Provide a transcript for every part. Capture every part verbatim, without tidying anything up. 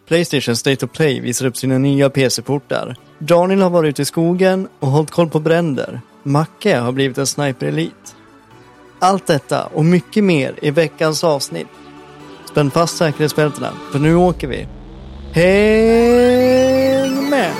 PlayStation State of Play visar upp sina nya P C-portar. Daniel har varit ute i skogen och hållit koll på bränder. Macke har blivit en sniper-elit. Allt detta och mycket mer i veckans avsnitt. Spänn fast säkerhetsbältena, för nu åker vi. Häng med!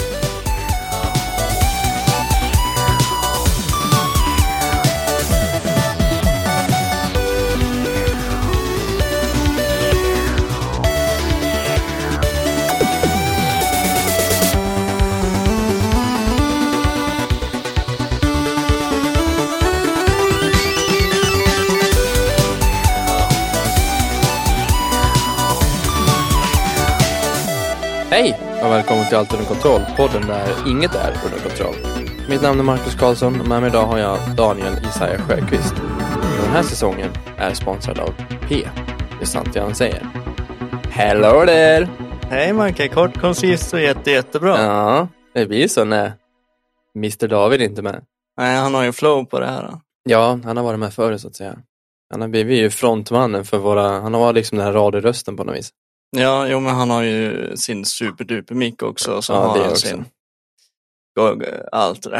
Hej och välkommen till Allt under kontroll, podden där inget är under kontroll. Mitt namn är Marcus Karlsson och med mig idag har jag Daniel Isaiah Sjöqvist. Den här säsongen är sponsrad av P. Det är sant det han säger. Hello there! Hej Marke, kort, koncist och jätte, jättebra. Ja, det blir så när mister David inte med. Nej, han har ju flow på det här då. Ja, han har varit med förr så att säga. Han har blivit ju frontmannen för våra, han har varit liksom den här radiorösten på något vis. Ja, jo, men han har ju sin superduper mic också. Så ja, har det han också. Sin... Allt det där.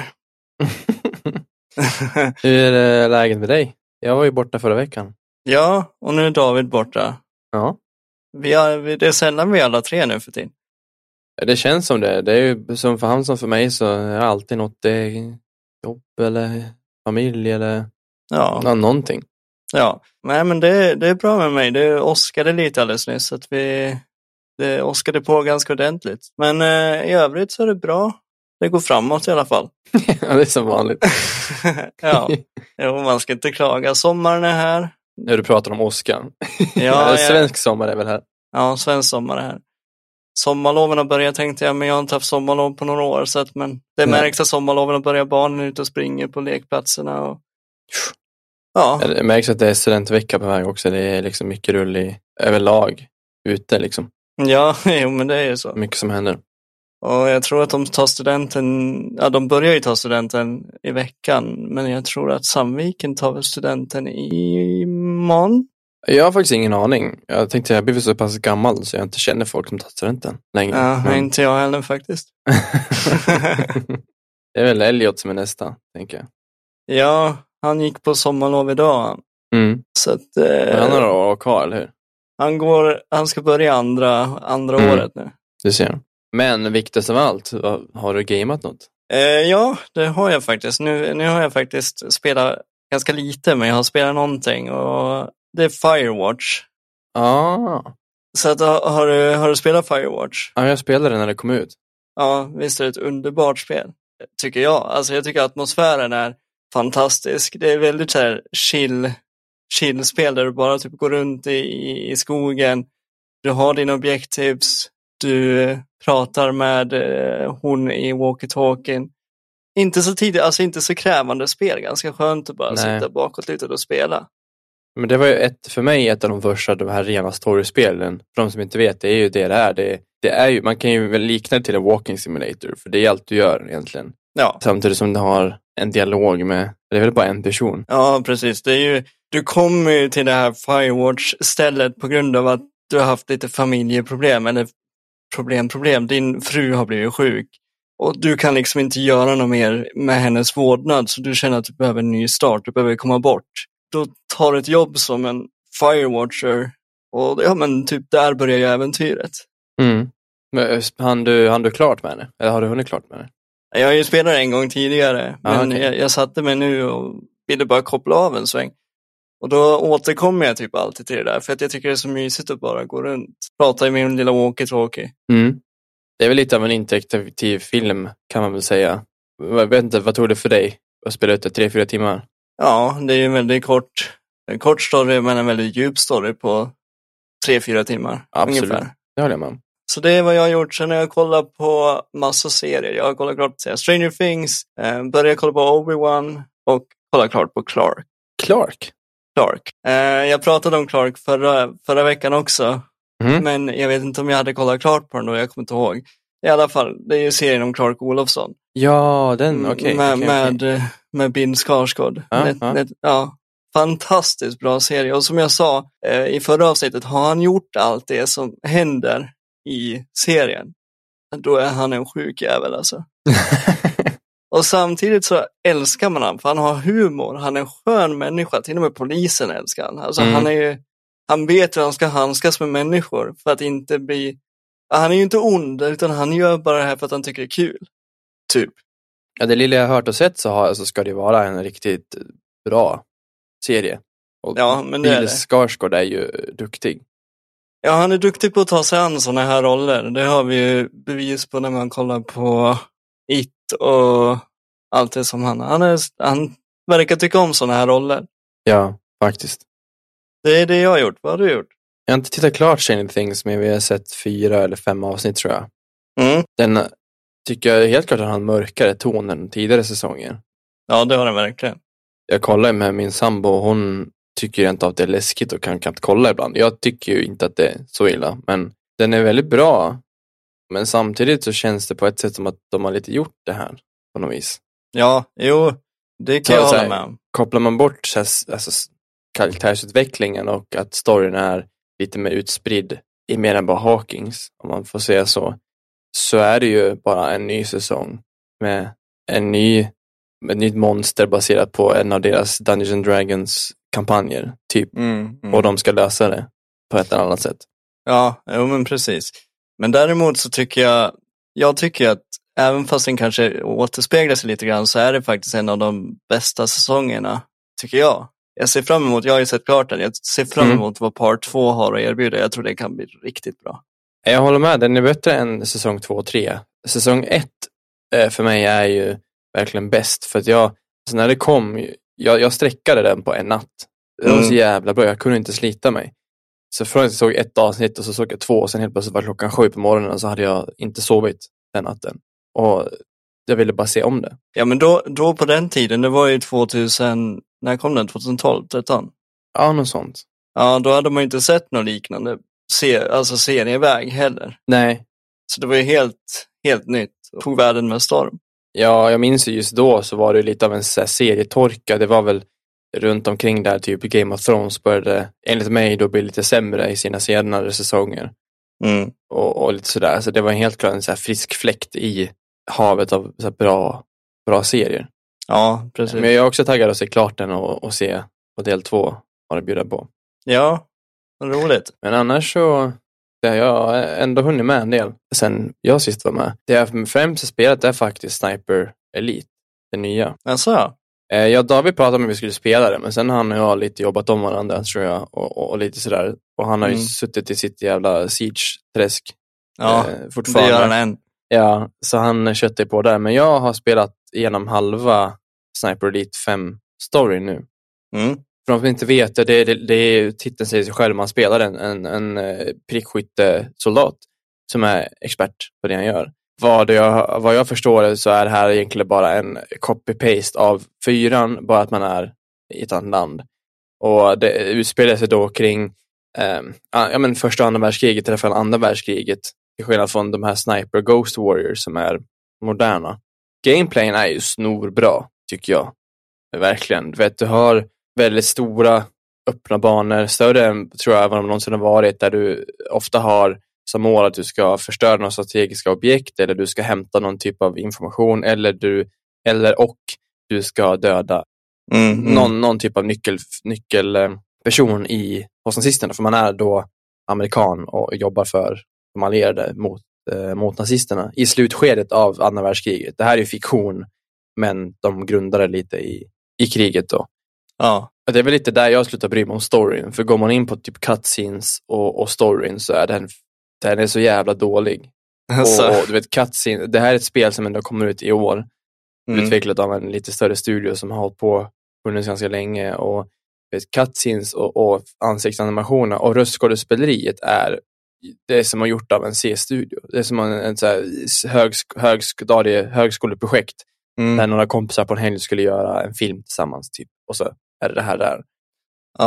Hur är läget med dig? Jag var ju borta förra veckan. Ja, och nu är David borta. Ja. Vi har, det är sällan vi alla tre nu för tiden. Det känns som det. Det är ju som för han som för mig så är det alltid något. Det är jobb eller familj eller ja. Ja, någonting. Ja, nej men det, det är bra med mig. Det åskade lite alldeles nyss. Att vi, det åskade på ganska ordentligt. Men eh, i övrigt så är det bra. Det går framåt i alla fall. Ja, det är som vanligt. Ja, jo, man ska inte klaga. Sommaren är här. När du pratar om åskan. Ja, ja, svensk sommar är väl här. Ja, svensk sommar är här. Sommarloven har börjat tänkte jag, men jag har inte haft sommarlov på några år. Så att, men det märks att sommarloven har börjat, barnen ut och springer på lekplatserna. Och... Ja. Det märks att det är studentvecka på väg också. Det är liksom mycket rull i överlag ute liksom. Ja, jo, men det är ju så. Mycket som händer. Och jag tror att de tar studenten, ja de börjar ju ta studenten i veckan. Men jag tror att Sandviken tar väl studenten i morgon. Jag har faktiskt ingen aning. Jag tänkte jag blir så pass gammal så jag inte känner folk som tar studenten längre. Ja, men... inte jag heller faktiskt. Det är väl Elliot som är nästa, tänker jag. Ja, han gick på sommarlov idag. Mm. Så att, eh, han har några år kvar, eller hur? Han, går, han ska börja andra, andra mm. året nu. Du ser. Men viktigast av allt, har du gameat något? Eh, ja, det har jag faktiskt. Nu, nu har jag faktiskt spelat ganska lite, men jag har spelat någonting. Och det är Firewatch. Ah. Så att, har, du, har du spelat Firewatch? Ja, jag spelade när det kom ut. Ja, visst är det ett underbart spel. Tycker jag. Alltså jag tycker atmosfären är fantastisk. Det är väldigt så här chill, chill spel där du bara typ går runt i, i skogen. Du har dina objektivs. Du pratar med eh, hon i walkie-talkien. Inte så tidigt, alltså inte så krävande spel. Ganska skönt att bara Nej. sitta bakåt lite och spela. Men det var ju ett, för mig ett av de första de här rena storyspelen. För de som inte vet, det är ju det det är. Det, det är ju, man kan ju väl likna det till en walking simulator. För det är allt du gör egentligen. Ja. Samtidigt som du har en dialog med, det är väl bara en person. Ja, precis. Det är ju, du kommer ju till det här Firewatch-stället på grund av att du har haft lite familjeproblem. Eller problem, problem. Din fru har blivit sjuk. Och du kan liksom inte göra något mer med hennes vårdnad. Så du känner att du behöver en ny start. Du behöver komma bort. Då tar du ett jobb som en Firewatcher. Och ja, men typ där börjar ju äventyret. Mm. Men hann du, hann du klart med det? Eller har du hunnit klart med det? Jag har ju spelat en gång tidigare. Ah, men okay. jag, jag satte mig nu och ville bara koppla av en sväng. Och då återkommer jag typ alltid till det där. För att jag tycker det är så mysigt att bara gå runt. Prata i min lilla walkie-talkie. Mm. Det är väl lite av en interaktiv film kan man väl säga. Jag vet inte, vad tog det för dig att spela ut det tre, fyra timmar? Ja, det är ju en väldigt kort, en kort story men en väldigt djup story på tre, fyra timmar. Absolut, ungefär. Det håller jag med om. Så det är vad jag har gjort. Sen har jag kollat på massa serier. Jag har kollat klart på Stranger Things, eh, började kolla på Obi-Wan och kollat klart på Clark. Clark? Clark. Eh, jag pratade om Clark förra, förra veckan också. Mm. Men jag vet inte om jag hade kollat klart på den då, jag kommer inte ihåg. I alla fall, det är ju serien om Clark Olofsson. Ja, den, okej. Okay, med, okay, med, okay. med Bill Skarsgård. Ja, Net, ja. Net, ja, fantastiskt bra serie. Och som jag sa eh, i förra avsnittet har han gjort allt det som händer i serien, då är han en sjuk jävel alltså. Och samtidigt så älskar man han, för han har humor. Han är en skön människa, till och med polisen älskar han. Alltså mm. han är ju, han vet hur han ska handskas med människor för att inte bli, han är ju inte ond, utan han gör bara det här för att han tycker det är kul. Typ. Ja, det lilla jag har hört och sett så, har, så ska det vara en riktigt bra serie. Och ja, men det Bill Skarsgård är ju duktig. Ja, han är duktig på att ta sig an sådana här roller. Det har vi ju bevis på när man kollar på It och allt det som han... Han, är, han verkar tycka om sådana här roller. Ja, faktiskt. Det är det jag har gjort. Vad har du gjort? Jag har inte tittat klart Stranger Things, men vi har sett fyra eller fem avsnitt tror jag. Mm. Den tycker jag helt klart att han mörkare ton än tidigare säsonger. Ja, det har den verkligen. Jag kollar med min sambo och hon tycker inte att det är läskigt och kan knappt kolla ibland. Jag tycker ju inte att det är så illa, men den är väldigt bra. Men samtidigt så känns det på ett sätt som att de har lite gjort det här på något vis. Ja, jo, det kan så, jag hålla med om. Kopplar man bort så här, alltså, karaktärsutvecklingen och att storyn är lite mer utspridd i mer än bara Hawkins, om man får säga så, så är det ju bara en ny säsong med en ny, med ett nytt monster baserat på en av deras Dungeons and Dragons kampanjer, typ. Mm, mm. Och de ska lösa det på ett eller annat sätt. Ja, jo, men precis. Men däremot så tycker jag, jag tycker att även fast den kanske återspeglar sig lite grann, så är det faktiskt en av de bästa säsongerna, tycker jag. Jag ser fram emot, jag har ju sett klart den, jag ser fram emot mm. vad part två har att erbjuda. Jag tror det kan bli riktigt bra. Jag håller med, den är bättre än säsong två och tre. Säsong ett för mig är ju verkligen bäst, för att jag, alltså när det kom, jag, jag sträckade den på en natt. Det var så jävla bra, jag kunde inte slita mig. Så från att jag såg ett avsnitt och så såg jag två, och sen helt plötsligt var klockan sju på morgonen och så hade jag inte sovit den natten. Och jag ville bara se om det. Ja, men då, då på den tiden, det var ju tvåtusen, när kom den? tjugohundratolv, tretton? Ja, något sånt. Ja, då hade man ju inte sett något liknande se, alltså serieväg heller. Nej. Så det var ju helt, helt nytt och tog världen med storm. Ja, jag minns ju just då så var det lite av en så här, serietorka. Det var väl runt omkring där typ Game of Thrones började enligt mig då bli lite sämre i sina senare säsonger. Mm. Och, och lite sådär. Så det var helt klart en så här frisk fläkt i havet av så här bra, bra serier. Ja, precis. Men jag är också taggad att se klart den och, och se vad del två har att bjuda på. Ja, roligt. Men annars så det har jag ändå hunnit med en del sen jag sist var med. Det jag främst spelat är faktiskt Sniper Elite, det nya. Alltså? Ja, David pratade om att vi skulle spela det, men sen har han och jag lite jobbat om varandra tror jag, och, och, och lite sådär. Och han har ju mm. suttit i sitt jävla Siege-träsk. Ja, eh, fortfarande. Det gör han än. Ja, så han köttar på där. Men jag har spelat igenom halva Sniper Elite fem story nu. Mm. För de som inte vet, det, det, det är titeln säger sig själv, man spelar en, en, en prickskyttesoldat som är expert på det han gör. Vad jag, vad jag förstår så är det här egentligen bara en copy-paste av fyran, bara att man är i ett annat land. Och det utspelar sig då kring eh, ja, men första och andra världskriget, i alla fall andra världskriget, till skillnad från de här Sniper Ghost Warriors som är moderna. Gameplayen är ju snorbra, tycker jag. Verkligen. Du vet, du har väldigt stora öppna banor, större än tror jag vad de någonsin har varit, där du ofta har som mål att du ska förstöra några strategiska objekt, eller du ska hämta någon typ av information, eller du eller och du ska döda mm, mm. Någon, någon typ av nyckel, nyckelperson i hos nazisterna, för man är då amerikan och jobbar för de allierade mot, eh, mot nazisterna i slutskedet av andra världskriget. Det här är ju fiktion, men de grundade lite i, i kriget då. Ja. Det är väl lite där jag slutar bry mig om storyn, för går man in på typ cutscenes och, och storyn så är den Den är så jävla dålig. Alltså. Och, och du vet, cutscene, det här är ett spel som ändå kommer ut i år. Mm. Utvecklat av en lite större studio som har hållit på funnits ganska länge. Och vet, cutscenes och, och ansiktsanimationer och röstskådespeleriet är det som har gjort av en C-studio. Det är som en, en så här högsk, högskadie, högskoleprojekt. Mm. Där några kompisar på en helg skulle göra en film tillsammans typ. Och så är det det här där. Ja,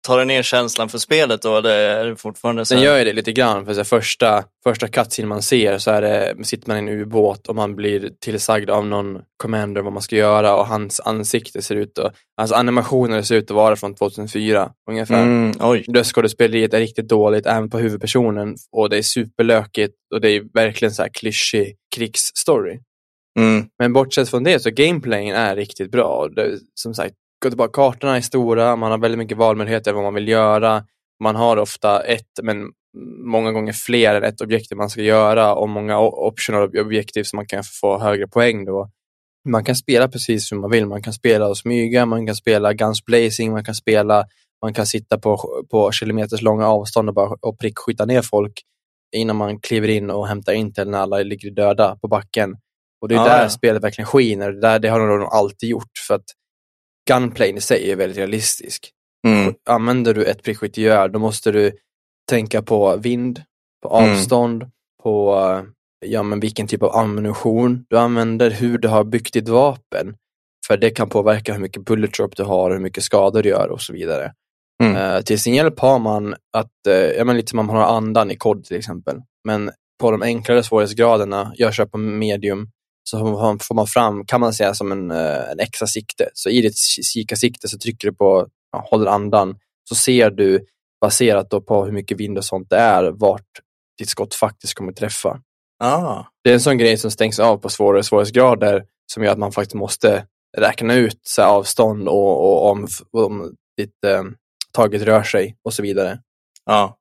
tar det ner känslan för spelet då? Eller är det fortfarande så? Den gör ju det lite grann. För så här, första, första cutscene man ser så är det, sitter man i en ubåt och man blir tillsagd av någon commander vad man ska göra. Och hans ansikte ser ut att... Hans animationer ser ut att vara från tjugohundrafyra ungefär. Mm, oj. Röstskådespeleriet är riktigt dåligt även på huvudpersonen. Och det är superlökigt. Och det är verkligen så här klyschig krigsstory. Mm. Men bortsett från det så gameplayen är riktigt bra. Det, som sagt, kartorna är stora, man har väldigt mycket valmöjligheter vad man vill göra. Man har ofta ett, men många gånger fler än ett objektiv man ska göra och många optional objektiv som man kan få högre poäng då. Man kan spela precis som man vill. Man kan spela och smyga, man kan spela guns blazing, man kan spela, man kan sitta på, på kilometers långa avstånd och bara och prickskjuta ner folk innan man kliver in och hämtar intel när alla ligger döda på backen. Och det är ah, där ja. spelet verkligen skiner. Det, där, det har de nog alltid gjort för att gunplay i sig är väldigt realistisk. Mm. Använder du ett prickskyttegevär då måste du tänka på vind, på avstånd, mm. på ja, men vilken typ av ammunition du använder, hur du har byggt ditt vapen. För det kan påverka hur mycket bullet drop du har, hur mycket skador du gör och så vidare. Mm. Uh, till sin hjälp har man att, uh, ja, men lite som man har andan i kod till exempel. Men på de enklare svårighetsgraderna, jag kör på medium, så får man fram, kan man säga som en, en extra sikte. Så i ditt kikarsikte så trycker du på, ja, håller andan, så ser du baserat då på hur mycket vind och sånt det är, vart ditt skott faktiskt kommer träffa. Ah. Det är en sån grej som stängs av på svårare svårighetsgrader som gör att man faktiskt måste räkna ut så här, avstånd och, och om, om ditt eh, taget rör sig och så vidare. Ja.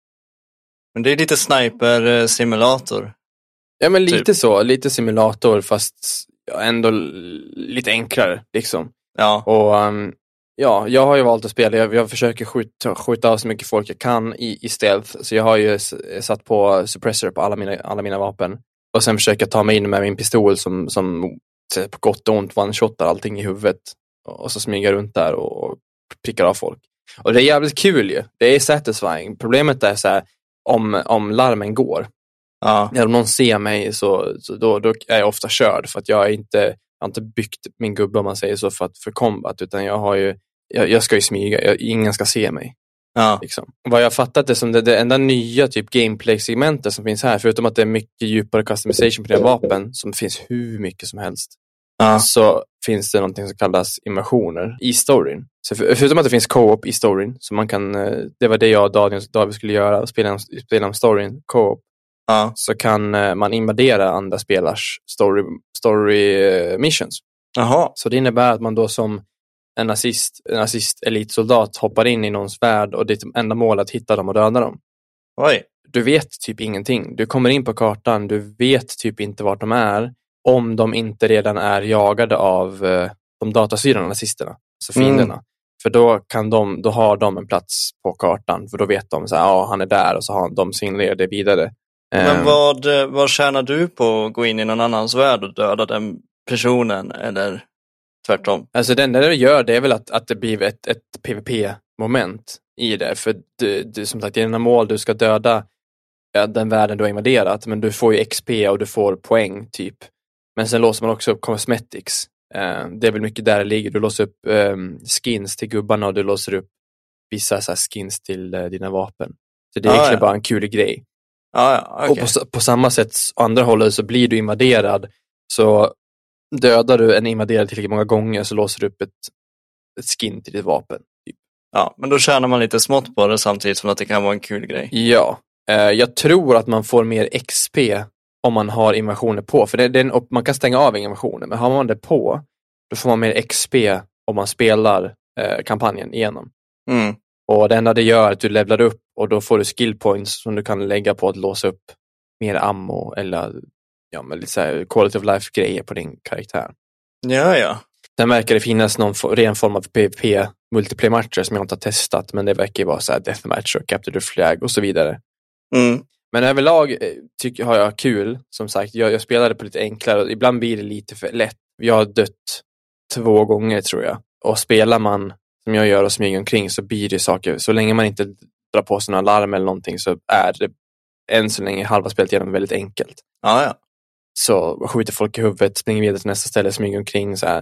Men det är lite sniper-simulator. Ja, men lite typ. så. Lite simulator fast ändå lite enklare liksom. Ja. Och um, ja, jag har ju valt att spela. Jag, jag försöker skjuta, skjuta av så mycket folk jag kan i, i stealth. Så jag har ju satt på suppressor på alla mina, alla mina vapen. Och sen försöker jag ta mig in med min pistol som, som på gott och ont one-shotar allting i huvudet. Och så smyger runt där och prickar av folk. Och det är jävligt kul ju. Det är satisfying. Problemet är så här, om, om larmen går. Ja. När någon ser mig så, så då, då är jag ofta körd. För att jag, är inte, jag har inte byggt min gubbe om man säger så för, att, för combat. Utan jag har ju, jag, jag ska ju smyga. Jag, ingen ska se mig. Ja. Liksom. Vad jag har fattat är som det, det enda nya typ gameplay-segmentet som finns här. Förutom att det är mycket djupare customization på dina vapen. Som finns hur mycket som helst. Ja. Så finns det någonting som kallas immersioner i storyn. Så för, förutom att det finns co-op i storyn. Så man kan, det var det jag och Daniel, David skulle göra. Spela, spela om storyn, co-op. Ja. Så kan man invadera andra spelars story, story missions. Aha. Så det innebär att man då som en nazist, en nazist elitsoldat hoppar in i någons värld och ditt enda mål är att hitta dem och döda dem. Oj. Du vet typ ingenting. Du kommer in på kartan, du vet typ inte vart de är om de inte redan är jagade av uh, de datastyrande nazisterna, så fienderna. Mm. För då kan de, då har de en plats på kartan, för då vet de så här, ja, han är där, och så har de signalerat det vidare. Men vad, vad tjänar du på att gå in i någon annans värld och döda den personen, eller tvärtom? Alltså det enda det gör, det är väl att, att det blir ett, ett PvP-moment i det. För du, du, som sagt, i dina mål, du ska döda ja, den världen du har invaderat, men du får ju X P och du får poäng typ. Men sen låser man också upp cosmetics. Uh, det är väl mycket där det ligger. Du låser upp um, skins till gubbarna och du låser upp vissa så här, skins till uh, dina vapen. Så det är ah, egentligen ja. bara en kul grej. Ah, ja, okay. Och på, på samma sätt, andra hållet, så blir du invaderad, så dödar du en invaderad tillräckligt många gånger, så låser du upp ett, ett skin till ditt vapen. Typ. Ja, men då tjänar man lite smått på det samtidigt som att det kan vara en kul grej. Ja, uh, jag tror att man får mer X P om man har invasioner på. För det, det är en, man kan stänga av invasioner, men har man det på, då får man mer X P om man spelar eh, kampanjen igenom. Mm. Och det enda det gör är att du levlar upp, och då får du skill points som du kan lägga på att låsa upp mer ammo eller ja, men lite så här quality of life grejer på din karaktär. Ja, ja. Sen verkar det finnas någon for, ren form av PvP multiplayer-matcher som jag inte har testat, men det verkar ju vara så här deathmatch och capture the flag och så vidare. Mm. Men överlag tycker har jag kul, som sagt. Jag, jag spelade på lite enklare, och ibland blir det lite för lätt. Jag har dött två gånger tror jag. Och spelar man som jag gör och smyger omkring, så blir det saker. Så länge man inte drar på sig några larm eller någonting, så är det än så länge halva spelet genom väldigt enkelt. Ah, ja. Så skjuter folk i huvudet, springer vidare till nästa ställe, smyger omkring så här.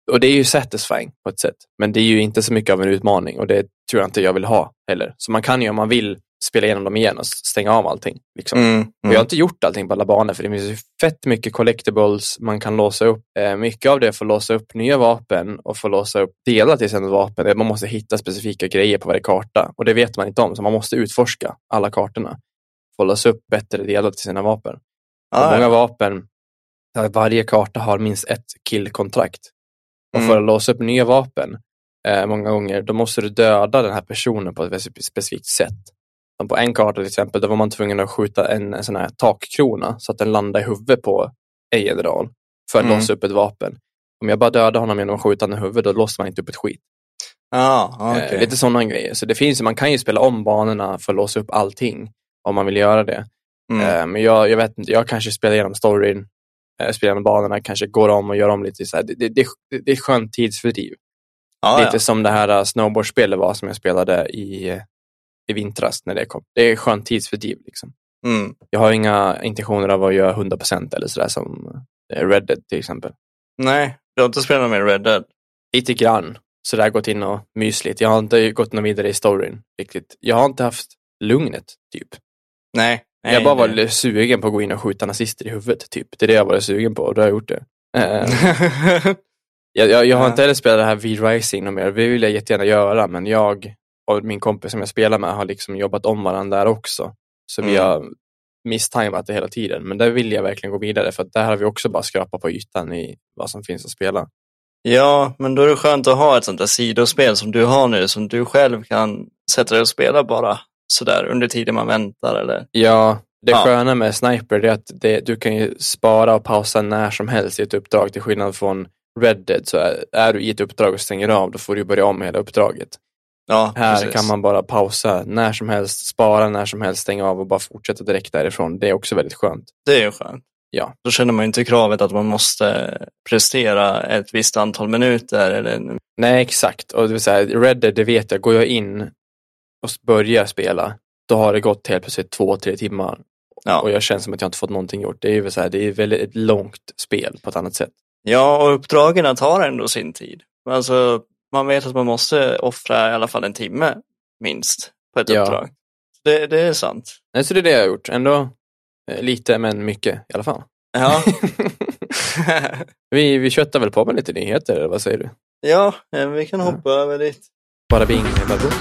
och det är ju satisfying på ett sätt. Men det är ju inte så mycket av en utmaning. Och det tror jag inte jag vill ha heller. Så man kan ju, om man vill, spela igenom dem igen och stänga av allting. Liksom. Mm, mm. Och jag har inte gjort allting på alla banor. För det finns ju fett mycket collectibles. Man kan låsa upp. Eh, mycket av det får låsa upp nya vapen. Och få låsa upp delar till sina vapen. Man måste hitta specifika grejer på varje karta. Och det vet man inte om. Så man måste utforska alla kartorna. Få låsa upp bättre delar till sina vapen. Ah, och många ja. vapen. Varje karta har minst ett kill-kontrakt. Och för att mm. låsa upp nya vapen eh, många gånger, då måste du döda den här personen på ett specifikt sätt. Som på en karta till exempel, då var man tvungen att skjuta en, en sån här takkrona så att den landar i huvudet på en general för att mm. låsa upp ett vapen. Om jag bara dödar honom genom att skjuta den i huvudet, då låser man inte upp ett skit. Ah, okay. eh, lite sådana grejer. Så det finns, man kan ju spela om banorna för att låsa upp allting om man vill göra det. Mm. Eh, men jag, jag vet inte, jag kanske spelar igenom storyn, eh, spelar med banorna, kanske går om och gör om lite så här. Det, det, det, det är skönt tidsfördriv. Ah, lite ja. som det här snowboardspelet var som jag spelade i, i vintras när det kom. Det är skönt tidsfördriv liksom. Mm. Jag har inga intentioner av att göra hundra procent eller sådär som Red Dead till exempel. Nej, du har inte spelat med Red Dead? Lite grann. Så där gått in och mysligt. Jag har inte gått någon vidare i storyn riktigt. Jag har inte haft lugnet typ. Nej. nej jag bara var nej. sugen på att gå in och skjuta nazister i huvudet typ. Det är det jag var sugen på och då har jag gjort det. jag, jag, jag har ja. inte heller spelat det här V-Rising någon mer. Det vill jag jättegärna göra, men jag och min kompis som jag spelar med har liksom jobbat om varandra där också. Så mm. vi har misstimat det hela tiden. Men där vill jag verkligen gå vidare, för att där har vi också bara skrapat på ytan i vad som finns att spela. Ja, men då är det skönt att ha ett sånt där sidospel som du har nu, som du själv kan sätta dig och spela bara sådär under tiden man väntar, eller? Ja, det ja. sköna med Sniper är att det, du kan ju spara och pausa när som helst i ett uppdrag, till skillnad från Red Dead. Så är, är du i ett uppdrag och stänger av, då får du börja om hela uppdraget. Ja, här precis. Kan man bara pausa när som helst, spara när som helst, stänga av och bara fortsätta direkt därifrån. Det är också väldigt skönt. Det är ju skönt. Ja. Då känner man inte kravet att man måste prestera ett visst antal minuter. Eller... Nej, exakt. Och det vill säga, Red Dead, det vet jag, går jag in och börjar spela, då har det gått helt plötsligt två, tre timmar. Ja. Och jag känner som att jag inte fått någonting gjort. Det är ju så här, det är väldigt ett långt spel på ett annat sätt. Ja, och uppdragen tar ändå sin tid. Alltså, man vet att man måste offra i alla fall en timme minst på ett ja. uppdrag. Det, det är sant. Nej, så det är det jag har gjort. Ändå eh, lite, men mycket i alla fall. Ja. vi, vi köttar väl på med lite nyheter, eller vad säger du? Ja, vi kan hoppa ja. över dit. Bara bing, bara bort.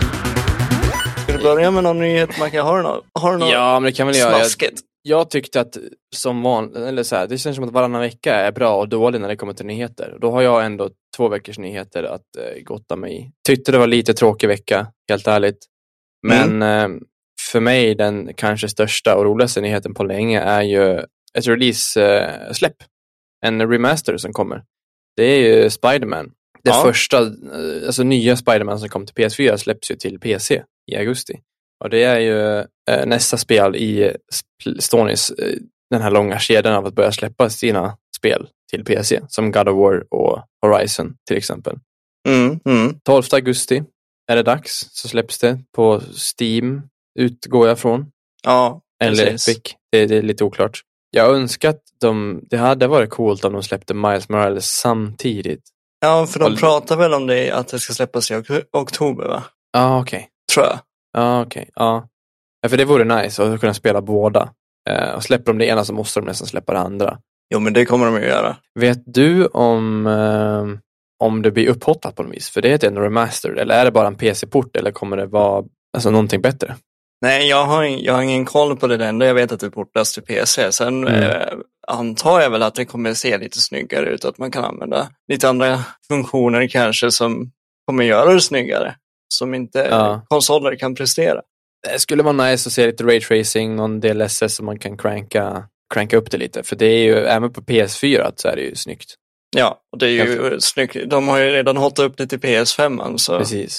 Ska du börja med någon nyhet, Macke? Har du någon, har du någon ja, men det kan väl göra. Jag, jag, jag tyckte att som van, eller så här, det känns som att varannan vecka är bra och dålig när det kommer till nyheter. Då har jag ändå två veckors nyheter att eh, gotta mig i. Tyckte det var lite tråkig vecka, helt ärligt. Men mm. eh, för mig den kanske största och roligaste nyheten på länge är ju ett release-släpp. Eh, en remaster som kommer. Det är ju Spider-Man. Det ja. första, alltså nya Spider-Man som kom till P S fyra släpps ju till P C i augusti. Och det är ju eh, nästa spel i Stonys, eh, den här långa kedjan av att börja släppa sina spel till P C. Som God of War och Horizon till exempel. Mm, mm. tolfte augusti är det dags, så släpps det på Steam, utgår jag från. Ja, eller Epic, det, det är lite oklart. Jag önskar att de, det hade varit coolt om de släppte Miles Morales samtidigt. Ja, för de och... pratar väl om det, att det ska släppas i ok- oktober, va? Ja, ah, okej. Okay. Tror jag. Ja, ah, okej. Okay. Ja. ja, för det vore nice att kunna spela båda. Eh, och släpper de det ena så måste de nästan släppa det andra. Jo, men det kommer de ju göra. Vet du om, eh, om det blir upphottat på något vis? För det heter en remaster. Eller är det bara en P C-port? Eller kommer det vara alltså, någonting bättre? Nej, jag har, jag har ingen koll på det. Det enda jag vet att det portas till P C. Sen mm. eh, antar jag väl att det kommer se lite snyggare ut. Att man kan använda lite andra funktioner kanske som kommer göra det snyggare. Som inte ja. konsoler kan prestera. Det skulle vara nice att se lite raytracing, någon D L S S som man kan cranka, cranka upp det lite. För det är ju, även på P S fyra så är det ju snyggt. Ja, och det är ju Kanske. snyggt. De har ju redan hotat upp det till P S fem. Så. Precis.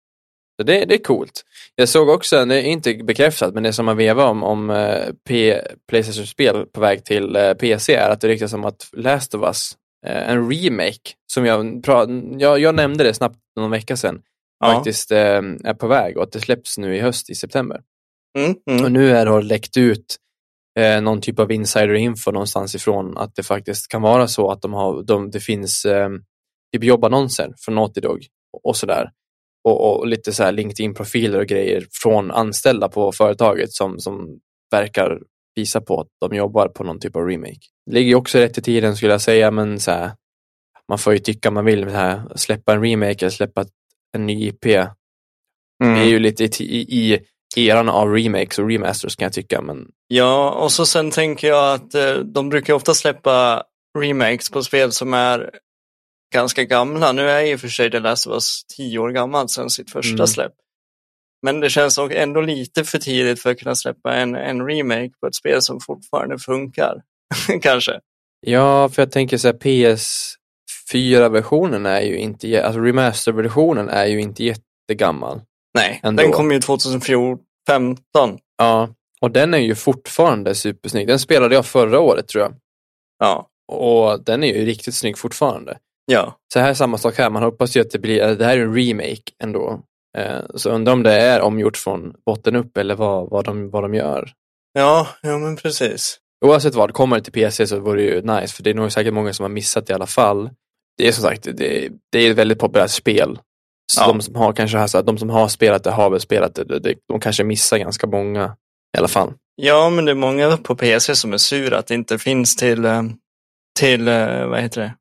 Så det, det är coolt. Jag såg också, det är inte bekräftat, men det som man vevar om, om uh, P, PlayStation-spel på väg till uh, P C är att det riktas som att Last of Us, uh, en remake, som jag, pra- jag, jag nämnde det snabbt någon vecka sedan, ja. faktiskt uh, är på väg och att det släpps nu i höst i september. Mm, mm. Och nu är det läckt ut uh, någon typ av insider-info någonstans ifrån att det faktiskt kan vara så att de har, de, det finns uh, typ jobbannonser från Naughty Dog och sådär. Och, och lite så här LinkedIn-profiler och grejer från anställda på företaget som, som verkar visa på att de jobbar på någon typ av remake. Det ligger ju också rätt i tiden skulle jag säga, men så här, man får ju tycka man vill med så här, släppa en remake eller släppa en ny I P. Mm. Det är ju lite i, i, i eran av remakes och remasters kan jag tycka. Men... Ja, och så sen tänker jag att eh, de brukar ofta släppa remakes på spel som är ganska gamla. Nu är ju för sig The Last of Us tio år gammalt sedan sitt första mm. släpp. Men det känns också ändå lite för tidigt för att kunna släppa en, en remake på ett spel som fortfarande funkar. Kanske. Ja, för jag tänker så här, P S fyra-versionen är ju inte, alltså remaster-versionen är ju inte jättegammal. Nej, ändå. Den kom ju tjugohundrafemton. Ja, och den är ju fortfarande supersnygg. Den spelade jag förra året tror jag. Ja. Och den är ju riktigt snygg fortfarande. Ja. Så här är samma sak här. Man hoppas ju att det blir, det här är en remake ändå. Så undrar om det är omgjort från botten upp eller vad, vad, de, vad de gör. Ja, ja men precis. Oavsett vad, kommer det till P C så vore det ju nice. För det är nog säkert många som har missat i alla fall. Det är som sagt, det, det är ett väldigt populärt spel. Så ja. de som har kanske här, så att de som har spelat det har väl spelat det, det. De kanske missar ganska många i alla fall. Ja, men det är många på P C som är sura att det inte finns till, till vad heter det?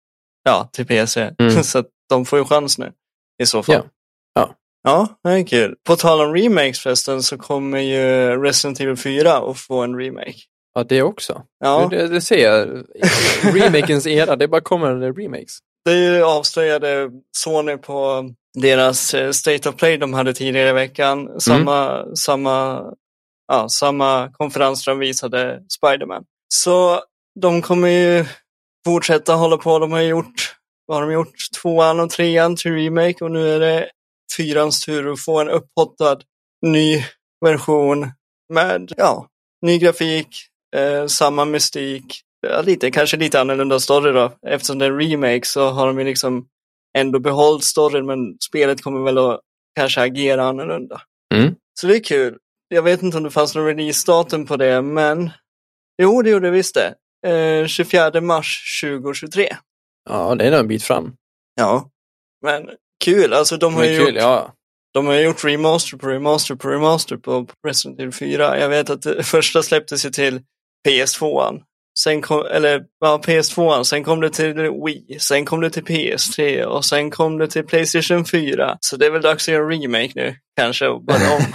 Ja, till P C. Mm. Så att de får ju chans nu i så fall. Ja. Ja. Ja, det är kul. På tal om remakes förresten så kommer ju Resident Evil fyra att få en remake. Ja, det också. Ja. Det, det ser jag. Remakens era, det bara kommer remakes. Det avslöjade Sony på deras State of Play de hade tidigare i veckan. Samma, mm. samma, ja, samma konferens där de visade Spider-Man. Så de kommer ju fortsätta hålla på. De har gjort, vad har de gjort? Tvåan och trean till remake och nu är det fyrans tur att få en upphottad ny version med, ja, ny grafik, eh, samma mystik. Ja, lite, kanske lite annorlunda story då. Eftersom det är en remake så har de ju liksom ändå behållit storyn, men spelet kommer väl att kanske agera annorlunda. Mm. Så det är kul. Jag vet inte om det fanns någon release-datum på det, men jo, det gjorde det visst det. Eh, tjugofjärde mars tjugohundratjugotre. Ja, det är nog en bit fram. Ja, men kul. Alltså de har ju kul, gjort, ja. de har gjort remaster på remaster på remaster på Resident Evil fyra. Jag vet att det första släpptes ju till P S tvåan. Sen kom, eller ja, P S tvåan, sen kom det till Wii, sen kom det till P S tre och sen kom det till PlayStation fyra. Så det är väl dags att göra en remake nu, kanske, och bara om.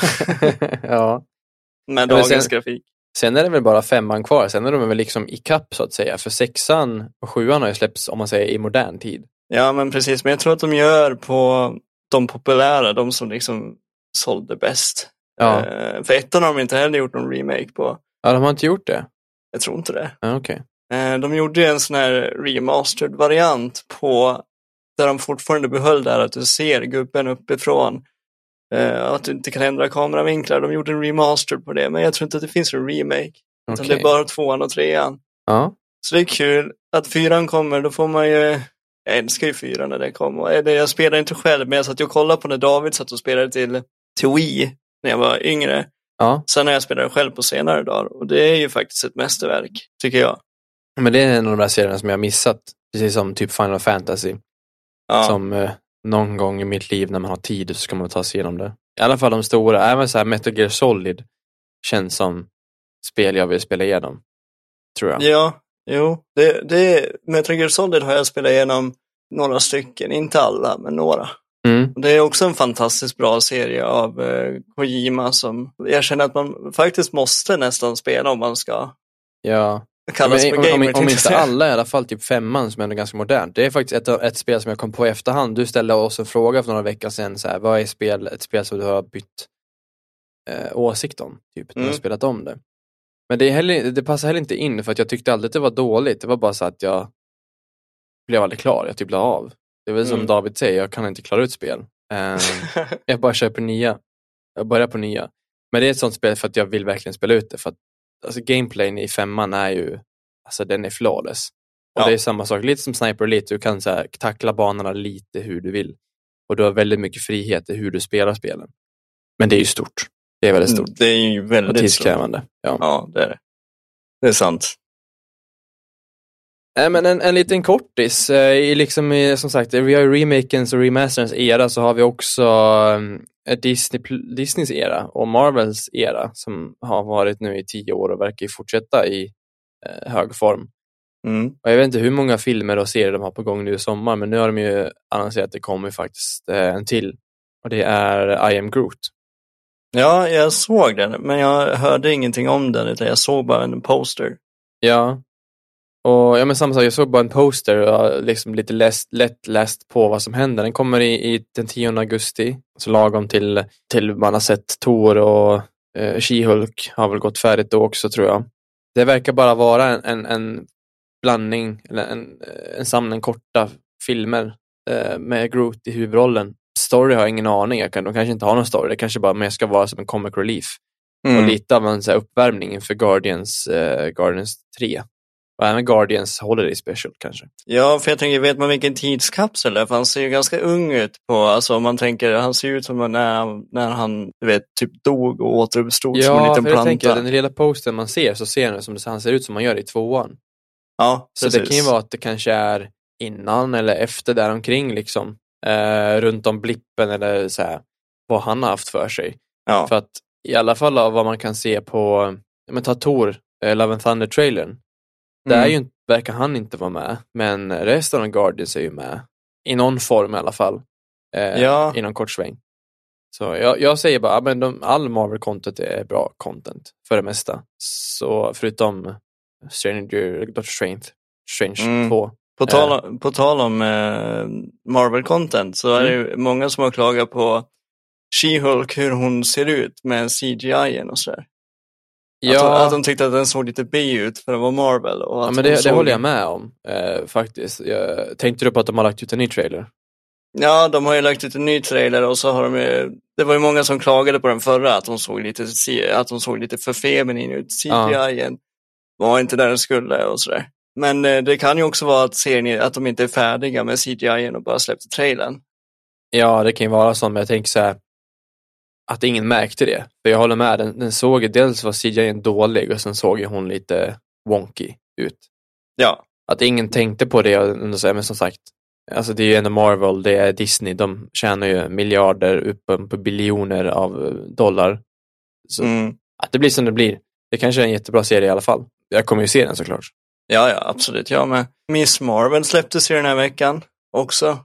Ja. Med dagens sen, grafik. Sen är det väl bara femman kvar, sen är de väl liksom i kapp så att säga. För sexan och sjuan har ju släppts, om man säger, i modern tid. Ja, men precis. Men jag tror att de gör på de populära, de som liksom sålde bäst. Ja. Uh, för ettan har de inte heller gjort någon remake på. Ja, de har inte gjort det. Jag tror inte det. Ja, okej. Okay. De gjorde ju en sån här remastered variant på där de fortfarande behöll där att du ser gubben uppifrån. Att du inte kan ändra kameravinklar. De gjorde en remaster på det, men jag tror inte att det finns en remake. Okay. Utan det är bara tvåan och trean. Ja. Så det är kul att fyran kommer. Då får man ju... Jag älskar ju fyran när det kommer. Jag spelar inte själv, men jag satt och kollade på när David satt och spelade till, till Wii när jag var yngre. Ja. Sen har jag spelat själv på senare dagar. Och det är ju faktiskt ett mästerverk, tycker jag. Men det är en av de där serierna som jag har missat. Precis som typ Final Fantasy. Ja. Som eh, någon gång i mitt liv när man har tid så ska man ta sig igenom det. I alla fall de stora. Även så här Metal Gear Solid känns som spel jag vill spela igenom. Tror jag. Ja, jo. Det, det, Metal Gear Solid har jag spelat igenom några stycken. Inte alla, men några. Mm. Det är också en fantastiskt bra serie av eh, Kojima som jag känner att man faktiskt måste nästan spela om man ska ja. kallas men, för gamer. Om, om, om inte alla i alla fall, typ femman som är ganska modernt. Det är faktiskt ett, ett spel som jag kom på i efterhand. Du ställde oss en fråga för några veckor sedan. Så här, vad är spel, ett spel som du har bytt eh, åsikt om? Typ, när mm. du har spelat om det. Men det, är heller, det passar heller inte in för att jag tyckte aldrig att det var dåligt. Det var bara så att jag blev aldrig klar. Jag typ la av. Det är väl som mm. David säger, jag kan inte klara ut spel. Um, jag bara köper nya. Jag börjar på nya. Men det är ett sånt spel för att jag vill verkligen spela ut det. För att alltså, gameplayen i femman är ju, alltså den är flawless. Och ja. Det är samma sak, lite som Sniper Elite. Du kan så här, tackla banorna lite hur du vill. Och du har väldigt mycket frihet i hur du spelar spelen. Men det är ju stort. Det är väldigt stort. Det är ju väldigt och tidskrävande. Ja. ja, det är det. Det är sant. Äh, men en, en liten kortis. Eh, i liksom i, som sagt, vi har ju remakens och remasterens era, så har vi också eh, Disney, Disneys era och Marvels era som har varit nu i tio år och verkar fortsätta i eh, hög form. Mm. Och jag vet inte hur många filmer och serier de har på gång nu i sommar, men nu har de ju annonserat att det kommer faktiskt eh, en till. Och det är I Am Groot. Ja, jag såg den, men jag hörde ingenting om den, utan jag såg bara en poster. Ja. Och ja, men samma sak, jag såg bara en poster och liksom lite läst, lätt läst på vad som händer. Den kommer i, i den tionde augusti, så lagom till, till man har sett Thor och eh, She-Hulk har väl gått färdigt då också, tror jag. Det verkar bara vara en, en, en blandning, eller en, en samling korta filmer eh, med Groot i huvudrollen. Story har jag ingen aning, jag kan, de kanske inte har någon story, det kanske bara mer ska vara som en comic relief. Mm. Och lite av en så här, uppvärmning inför Guardians, eh, Guardians tre. Och även Guardians Holiday Special kanske. Ja, för jag tänker, vet man vilken tidskapsel det är? För han ser ju ganska ung ut på, alltså om man tänker, han ser ut som när, när han, du vet, typ dog och återuppstod ja, som en liten planta. Ja, planta. jag tänker, den lilla posten man ser så ser han som han ser ut som man gör i tvåan. Ja, så precis. Det kan ju vara att det kanske är innan eller efter där omkring liksom. Eh, runt om blippen eller så här, vad han har haft för sig. Ja. För att i alla fall av vad man kan se på, men ta Thor, eh, Love and Thunder-trailern. Mm. Där är ju, verkar han inte vara med, men resten av Guardians är ju med. I någon form i alla fall. Eh, ja. I någon kort sväng. Så jag, jag säger bara, men de, all Marvel-content är bra content för det mesta. Så förutom Stranger, Doctor Strange, Strange mm. två. På tal, eh. på tal om eh, Marvel-content så är det ju mm. många som har klagat på She-Hulk, hur hon ser ut med C G I-en och sådär. Ja. Att, att de tyckte att den såg lite B ut för att vara Marvel. Och att ja, men det, såg... det håller jag med om, eh, faktiskt. Jag, tänkte du på att de har lagt ut en ny trailer? Ja, de har ju lagt ut en ny trailer och så har de ju, det var ju många som klagade på den förra, att de såg lite, att de såg lite för feminin ut. C G I-en ja. var inte där den skulle och sådär. Men eh, det kan ju också vara att serien, att de inte är färdiga med C G I-en och bara släppte trailern. Ja, det kan ju vara så, men jag tänker så här att ingen märkte det. För jag håller med, den, den såg ju, dels var C G I-en dålig och sen såg ju hon lite wonky ut. Ja. Att ingen tänkte på det, och, men som sagt, alltså det är ju ändå Marvel, det är Disney, de tjänar ju miljarder upp på biljoner av dollar. Så mm. att det blir som det blir. Det kanske är en jättebra serie i alla fall. Jag kommer ju se den såklart. Ja, ja, absolut. Ja, men Miss Marvel släpptes ju den här veckan också.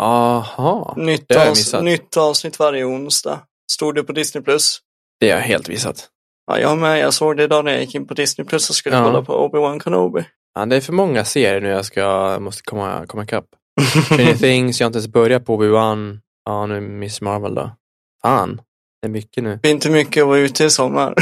Aha. Nytt, avs- nytt avsnitt varje onsdag. Stod det på Disney plus? Det är helt visat. Ja, jag med. Jag såg det idag när jag gick in på Disney plus och skulle ja. kolla på Obi-Wan Kenobi. Ja, det är för många serier nu jag ska måste komma, komma ikapp. Many things, jag har inte ens börjat på Obi-Wan. Ja, nu Miss Marvel då. Fan, det är mycket nu. Det är inte mycket att vara ute i sommar.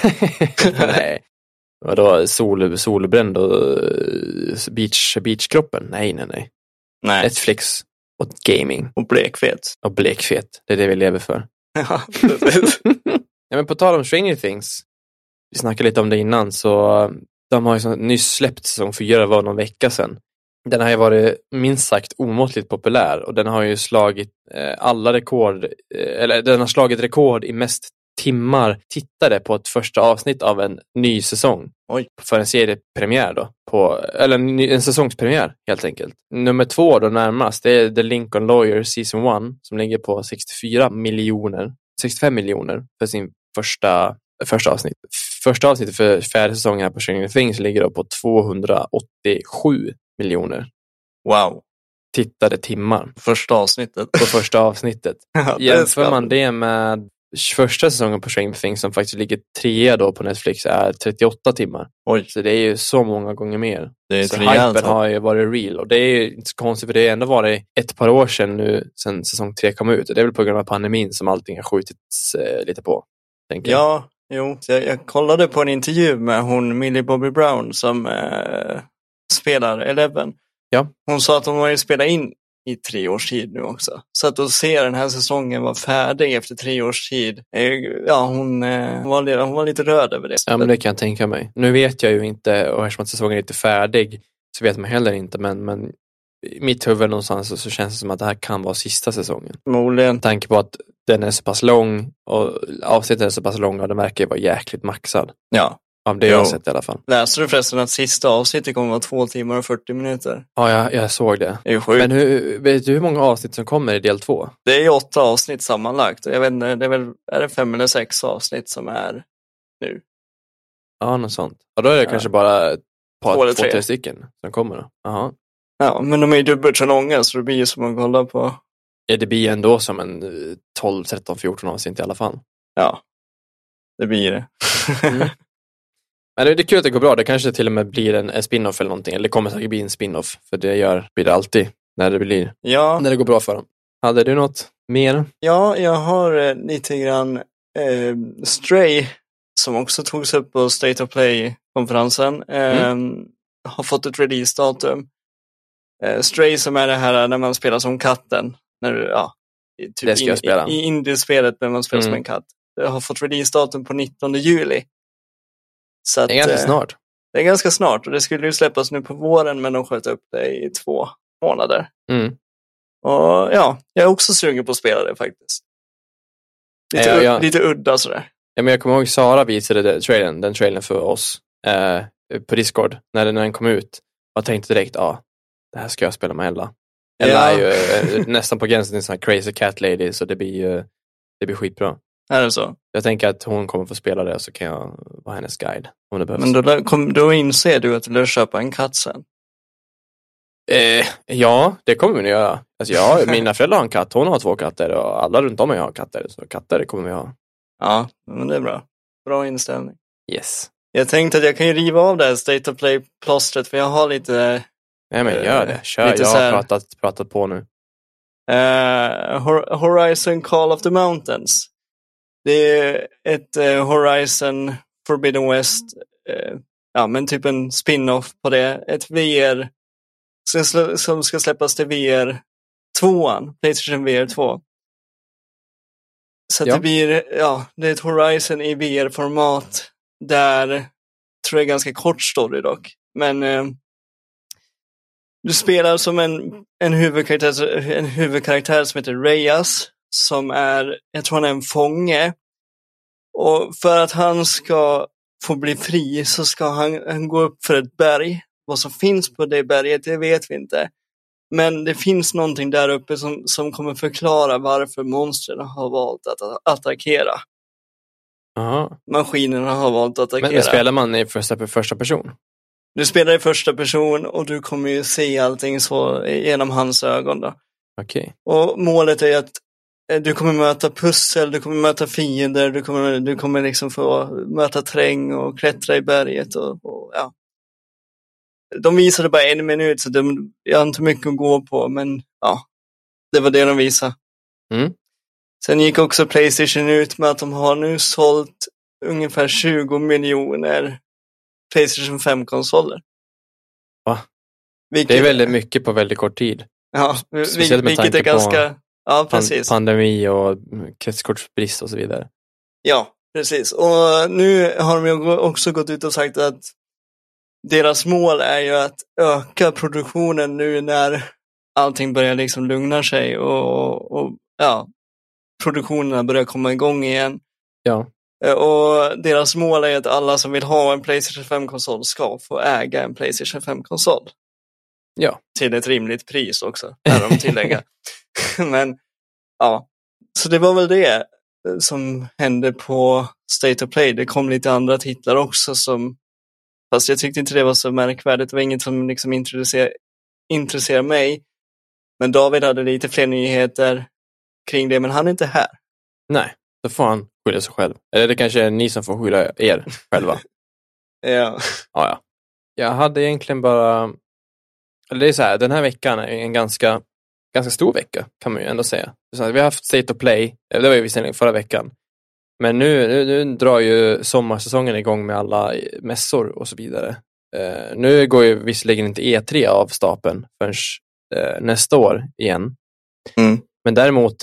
Nej. Vadå, sol, solbränd och beach, beachkroppen? Nej, nej, nej. Nej. Netflix och gaming. Och blekfet. Och blekfet, det är det vi lever för. Ja, precis. Ja, men på tal om Stranger Things. Vi snackade lite om det innan, så de har ju så, nyss släppt säsong fyra, var någon vecka sedan. Den har ju varit minst sagt omåttligt populär och den har ju slagit eh, alla rekord, eh, eller den har slagit rekord i mest timmar tittade på ett första avsnitt av en ny säsong. Oj. För en seriepremiär då. På, eller en, en säsongspremiär helt enkelt. Nummer två då närmast, det är The Lincoln Lawyer Season ett som ligger på sextiofyra miljoner, sextiofem miljoner för sin första, första avsnitt. Första avsnittet för fjärde säsongen här på Stranger Things ligger då på tvåhundraåttiosju miljoner. Wow. Tittade timmar. Första avsnittet. På första avsnittet. Ja, jämför man det med första säsongen på Stranger Things som faktiskt ligger trea då på Netflix är trettioåtta timmar. Oj. Så det är ju så många gånger mer. Det är så hypen har ju varit real. Och det är ju inte så konstigt, för det är ändå varit ett par år sedan nu sedan säsong tre kom ut. Och det är väl på grund av pandemin som allting har skjutits eh, lite på. Ja, jo. Jag, jag kollade på en intervju med hon Millie Bobby Brown som eh, spelar Eleven. Ja. Hon sa att hon har ju spelat in i tre års tid nu också. Så att då ser den här säsongen vara färdig efter tre års tid. Ja, hon, hon, var, hon var lite röd över det. Ja, men det kan jag tänka mig. Nu vet jag ju inte, och eftersom att säsongen är inte färdig så vet man heller inte, men, men i mitt huvud någonstans så, så känns det som att det här kan vara sista säsongen. Förmodligen. Med tanke på att den är så pass lång och avsnittet är så pass lång och den verkar vara jäkligt maxad. Ja. Av det Jo. jag har sett i alla fall. Läste du förresten att sista avsnittet kommer vara två timmar och fyrtio minuter? Ja, jag, jag såg det. Det är ju sjukt. Men hur, vet du hur många avsnitt som kommer i del två? Det är ju åtta avsnitt sammanlagt. Och jag vet inte, det är väl är det fem eller sex avsnitt som är nu. Ja, något sånt. Ja, då är det Ja. kanske bara ett par, Två eller två, tre. tre stycken som kommer då. Jaha. Ja, men de är ju dubbelt så långa så det blir ju som att kolla på. Ja, det blir ändå som en eh, tolv, tretton, fjorton avsnitt i alla fall. Ja, det blir det. Mm. Men det är kul att det går bra. Det kanske till och med blir en, en spin-off eller någonting. Eller det kommer säkert bli en spin-off. För det gör, blir det alltid när det blir Ja, när det går bra för dem. Hade du något mer? ja, jag har eh, lite grann eh, Stray som också togs upp på State of Play-konferensen. Eh, Mm. Har fått ett release-datum. Eh, Stray som är det här när man spelar som katten. När du, ja, i- typ Det ska jag spela. I, i indiespelet när man spelar Mm. som en katt. Det har fått release-datum på nittonde juli. Så att, Det är ganska eh, snart. Det är ganska snart och det skulle ju släppas nu på våren men de sköt upp det i två månader. Mm. Och ja, jag är också sugen på att spela det faktiskt. Lite, Ja, ud- ja. lite udda sådär. Ja, men jag kommer ihåg Sara visade det, trailern, den trailern för oss eh, på Discord när den, när den kom ut. Jag tänkte direkt, ja, det här ska jag spela med Ella. Ella Ja. är ju eh, nästan på gränsen till en sån här crazy cat lady, så det blir ju det blir skitbra. Är det så? Jag tänker att hon kommer få spela det, så kan jag vara hennes guide om det behövs. Men då, lär- kom, då inser du att du lär köpa en katt sen. Eh, ja, det kommer vi nog göra. Alltså, ja, mina föräldrar har en katt, hon har två katter och alla runt om mig har katter, så katter kommer vi ha. Ja, men det är bra. Bra inställning. Yes. Jag tänkte att jag kan ju riva av det här State of Play-plåstret för jag har lite Nej, men gör det. Kör, Lite jag så har här- pratat, pratat på nu. eh, Hor- Horizon Call of the Mountains. Det är ett eh, Horizon Forbidden West, eh, ja men typ en spin-off på det. Ett V R som, slä- som ska släppas till V R tvåan, PlayStation V R två. Så att Ja. det blir, ja, det är ett Horizon i V R-format där, tror jag är ganska kort story dock, men eh, du spelar som en, en, huvudkaraktär, en huvudkaraktär som heter Reyes, som är, jag tror han är en fånge. Och för att han ska få bli fri så ska han, han gå upp för ett berg. Vad som finns på det berget, det vet vi inte. Men det finns någonting där uppe som, som kommer förklara varför monstren har valt att a- attackera. Aha. Maskinerna har valt att attackera. Men, men spelar man i första, första person? Du spelar i första person och du kommer ju se allting så genom hans ögon då. Okej. Och målet är att eh, du kommer möta pussel, du kommer möta fiender, du kommer, du kommer liksom få möta träng och klättra i berget och, och ja. De visade bara en minut så de, jag har inte mycket att gå på, men ja, det var det de visade. Mm. Sen gick också PlayStation ut med att de har nu sålt ungefär tjugo miljoner PlayStation fem-konsoler. Va? Vilket, Det är väldigt mycket på väldigt kort tid. ja, speciellt med vilket tanke är på ganska, ja Pan- precis. pandemi och kretskortsbrist och så vidare. Ja, precis. Och nu har de ju också gått ut och sagt att deras mål är ju att öka produktionen nu när allting börjar liksom lugna sig och, och ja, produktionerna börjar komma igång igen. Ja. Och deras mål är att alla som vill ha en PlayStation fem-konsol ska få äga en PlayStation fem-konsol. Ja. Till ett rimligt pris också, är de tillägga. Men ja, så det var väl det som hände på State of Play. Det kom lite andra titlar också som, fast jag tyckte inte det var så märkvärdigt. Det var inget som liksom intresserar, intresserar mig. Men David hade lite fler nyheter kring det, men han är inte här. Nej, då får han skylla sig själv. Eller det kanske är ni som får skylla er själva. Ja. Ja, ja. Jag hade egentligen bara... Eller det är så här, den här veckan är en ganska, ganska stor vecka, kan man ju ändå säga. Så vi har haft State of Play, det var ju visserligen förra veckan. Men nu, nu, nu drar ju sommarsäsongen igång med alla mässor och så vidare. Uh, nu går ju visserligen inte E tre av stapeln förrän uh, nästa år igen. Mm. Men däremot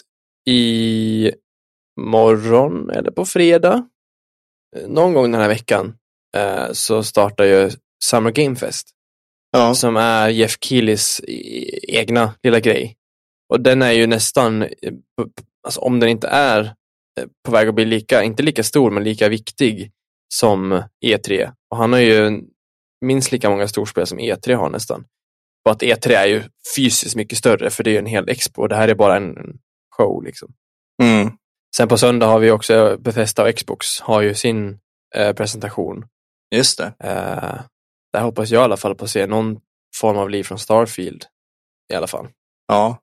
i morgon eller på fredag, någon gång den här veckan, uh, så startar ju Summer Game Fest. Ja. Som är Jeff Keelys egna lilla grej. Och den är ju nästan, alltså om den inte är på väg att bli lika, inte lika stor men lika viktig som E tre. Och han har ju minst lika många storspel som E tre har nästan. Och att E tre är ju fysiskt mycket större, för det är ju en hel expo. Och det här är bara en show liksom. Mm. Sen på söndag har vi också Bethesda och Xbox har ju sin eh, presentation. Just det. Eh, där hoppas jag i alla fall på att se någon form av liv från Starfield. I alla fall. Ja.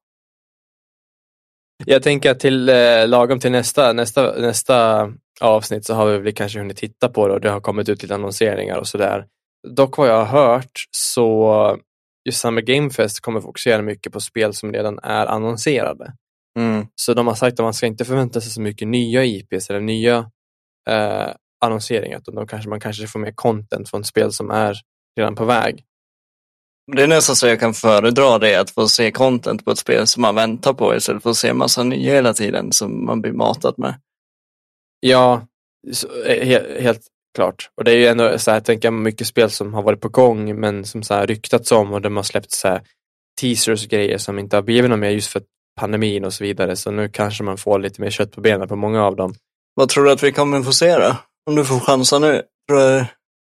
Jag tänker att till eh, lagom till nästa, nästa, nästa avsnitt så har vi väl kanske hunnit titta på det, och det har kommit ut lite annonseringar och sådär. Dock vad jag har hört så just Summer Game Fest kommer fokusera mycket på spel som redan är annonserade. Mm. Så de har sagt att man ska inte förvänta sig så mycket nya I P:s eller nya eh, annonseringar, utan då kanske man kanske får mer content från spel som är redan på väg. Det är nästan så jag kan föredra det, att få se content på ett spel som man väntar på istället för att se massa nya hela tiden som man blir matad med. Ja, så, he- helt klart. Och det är ju ändå så här, tänker jag, mycket spel som har varit på gång men som så här ryktats om, och de har släppt så här teasers och grejer som inte har blivit något mer just för pandemin och så vidare. Så nu kanske man får lite mer kött på benen på många av dem. Vad tror du att vi kommer få se då? Om du får chansa nu. Tror du...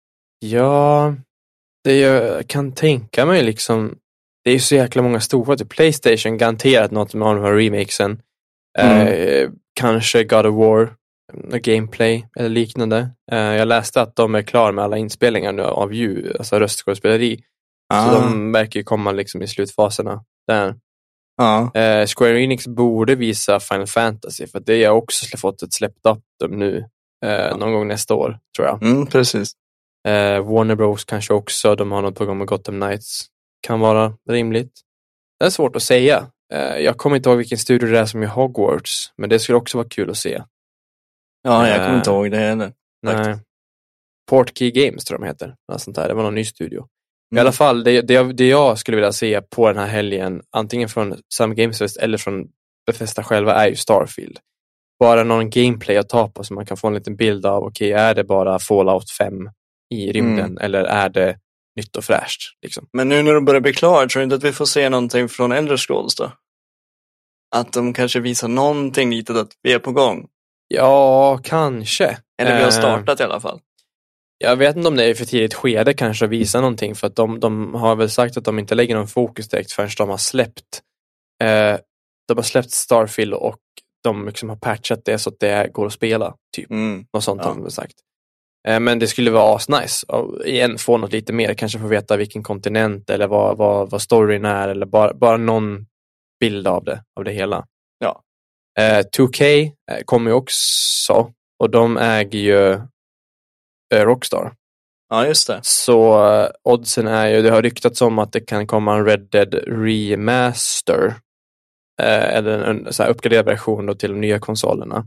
Ja, det jag kan tänka mig liksom, det är ju så jäkla många stora. Till PlayStation garanterat något med de här remakesen. Mm. Eh, kanske God of War, gameplay eller liknande. Eh, jag läste att de är klara med alla inspelningar nu av ljud, alltså röstskådespeleri. Ah. Så de verkar ju komma liksom i slutfaserna där. Ah. Eh, Square Enix borde visa Final Fantasy, för det har också fått ett släppdatum nu. Eh, ah. Någon gång nästa år, tror jag. Mm, precis. Eh, Warner Bros kanske också, de har något på gång med Gotham Knights. Kan vara rimligt. Det är svårt att säga. Eh, jag kommer inte ihåg vilken studio det är som är Hogwarts, men det skulle också vara kul att se. Ja, jag kommer eh, inte ihåg det heller. Nej. Portkey Games tror de heter. Sånt där. Det var någon ny studio. Mm. I alla fall, det, det, det jag skulle vilja se på den här helgen, antingen från Summer Games Fest eller från Bethesda själva, är ju Starfield. Bara någon gameplay att ta på så man kan få en liten bild av, okej, okay, är det bara Fallout fem i rymden mm. eller är det nytt och fräscht? Liksom. Men nu när de börjar bli klar, tror du inte att vi får se någonting från Elder Scrolls då? Att de kanske visar någonting litet att vi är på gång? Ja, kanske. Eller vi har startat uh, i alla fall. Jag vet inte om det är för tidigt skede kanske att visa någonting, för att de, de har väl sagt att de inte lägger någon fokus direkt förrän de har släppt eh, de har släppt Starfield och de liksom har patchat det så att det går att spela typ. Mm. Något sånt ja. Har de väl sagt. Eh, men det skulle vara asnice och igen få något lite mer, kanske få veta vilken kontinent eller vad, vad, vad storyn är, eller bara, bara någon bild av det, av det hela. Ja. Eh, two K eh, kommer ju också, och de äger ju Rockstar. Ja, just det. Så uh, oddsen är ju, det har ryktats om att det kan komma en Red Dead Remaster uh, eller en, en så här uppgraderad version då till de nya konsolerna.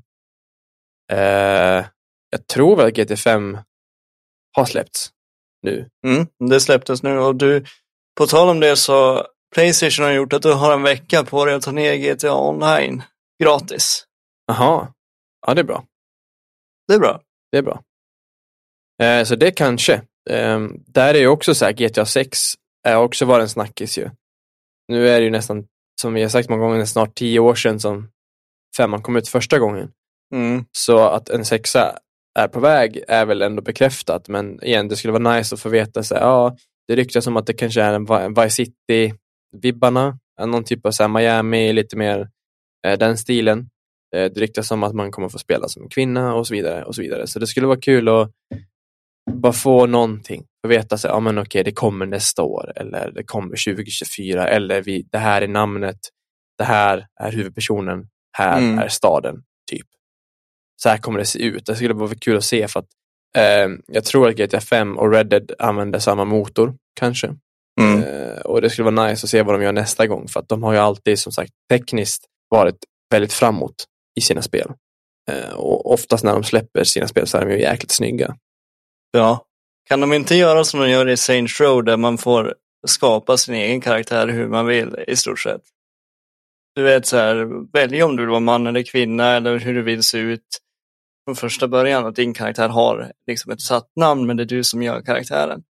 Uh, jag tror väl att G T fem har släppts nu. Mm, det släpptes nu, och du, på tal om det, så PlayStation har gjort att du har en vecka på dig att ta ner G T A Online gratis. Jaha, ja det är bra. Det är bra. Det är bra. Eh, så det kanske. Eh, där är ju också så här, G T A sex är också varit en snackis ju. Nu är det ju nästan, som vi har sagt många gånger, snart tio år sedan som femman kom ut första gången. Mm. Så att en sexa är på väg är väl ändå bekräftat. Men igen, det skulle vara nice att få veta så här, ja, det ryktas som att det kanske är en Vice City-vibbarna. Någon typ av så här Miami, lite mer eh, den stilen. Eh, det ryktas som att man kommer få spela som kvinna och så vidare och så vidare. Så det skulle vara kul att bara få någonting och veta sig, ja men okej, det kommer nästa år eller det kommer tjugo tjugofyra eller vi, det här är namnet, det här är huvudpersonen, här mm. är staden typ. Så här kommer det se ut. Det skulle vara kul att se, för att eh, jag tror att G T A fem och Red Dead använder samma motor kanske. Mm. Eh, och det skulle vara nice att se vad de gör nästa gång, för att de har ju alltid som sagt tekniskt varit väldigt framåt i sina spel. Eh, och oftast när de släpper sina spel så är de ju jäkligt snygga. Ja, kan de inte göra som de gör i Saints Row, där man får skapa sin egen karaktär hur man vill i stort sett? Du vet så här, välja om du vill vara man eller kvinna eller hur du vill se ut från första början, att din karaktär har liksom ett satt namn, men det är du som gör karaktären.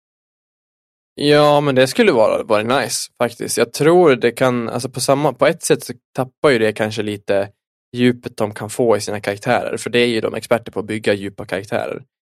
Ja, men det skulle vara, vara nice faktiskt. Jag tror det kan, alltså på samma, på ett sätt så tappar ju det kanske lite djupet de kan få i sina karaktärer, för det är ju de experter på att bygga djupa karaktärer.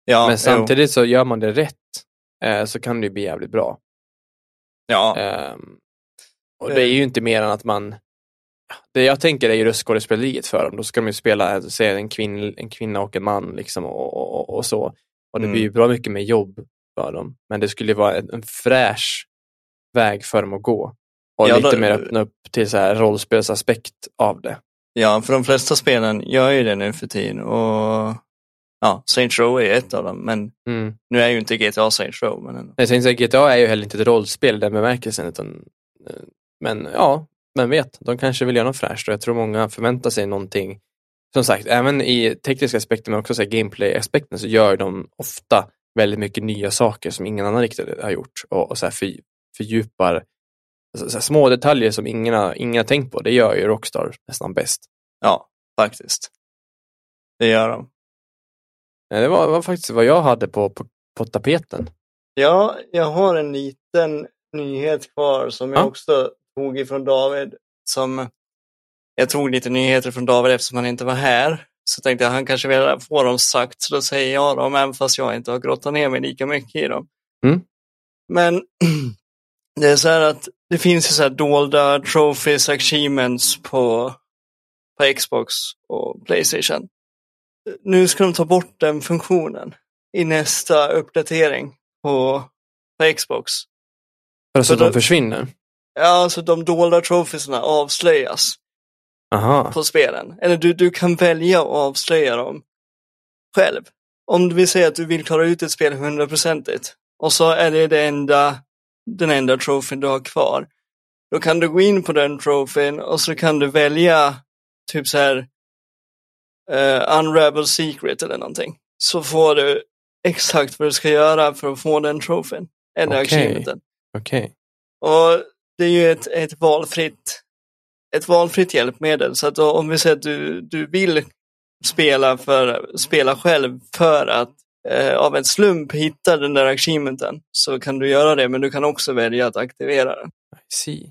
Ja, men samtidigt jo. Så gör man det rätt eh, så kan det ju bli jävligt bra. Ja. Eh, och det är ju inte mer än att man... Det jag tänker är ju röstskådespeleriet för dem. Då ska de ju spela se en, kvinn, en kvinna och en man liksom och, och, och så. Och det mm. blir ju bra mycket med jobb för dem. Men det skulle ju vara en, en fräsch väg för dem att gå. Och ja, lite då, mer öppna upp till så här rollspelsaspekt av det. Ja, för de flesta spelen gör ju det nu för tiden. Och ja, Saints Row är ett av dem. Men mm. nu är ju inte G T A Saints Row. Men jag tänkte att G T A är ju heller inte ett rollspel i den bemärkelsen. Utan, men ja, men vet. De kanske vill göra något fräscht. Och jag tror många förväntar sig någonting. Som sagt, även i tekniska aspekter men också så här gameplay-aspekten så gör de ofta väldigt mycket nya saker som ingen annan riktigt har gjort. Och, och så här för, fördjupar så här små detaljer som ingen har, ingen har tänkt på. Det gör ju Rockstar nästan bäst. Ja, faktiskt. Det gör de. Ja, det var, var faktiskt vad jag hade på, på, på tapeten. Ja, jag har en liten nyhet kvar som jag ja. också tog ifrån David. Som jag tog lite nyheter från David eftersom han inte var här. Så tänkte jag han kanske vill få dem sagt. Så då säger jag dem även fast jag inte har grottat ner mig lika mycket i dem. Mm. Men det är så här att det finns ju så här dolda trophies, achievements på, på Xbox och PlayStation. Nu ska de ta bort den funktionen i nästa uppdatering på, på Xbox. För så att de försvinner? Ja, så de dolda trophiesna avslöjas. Aha. På spelen. Eller du, du kan välja att avslöja dem själv. Om du vill säga att du vill klara ut ett spel hundraprocentigt och så är det, det enda, den enda trofén du har kvar. Då kan du gå in på den trofén och så kan du välja typ så här uh, Unravel Secret eller någonting. Så får du exakt vad du ska göra för att få den trofén. Eller okay. achievementen. Okej. Okay. Och det är ju ett, ett valfritt ett valfritt hjälpmedel. Så att då, om vi säger att du, du vill spela, för, spela själv för att eh, av en slump hitta den där achievementen så kan du göra det. Men du kan också välja att aktivera den. I see.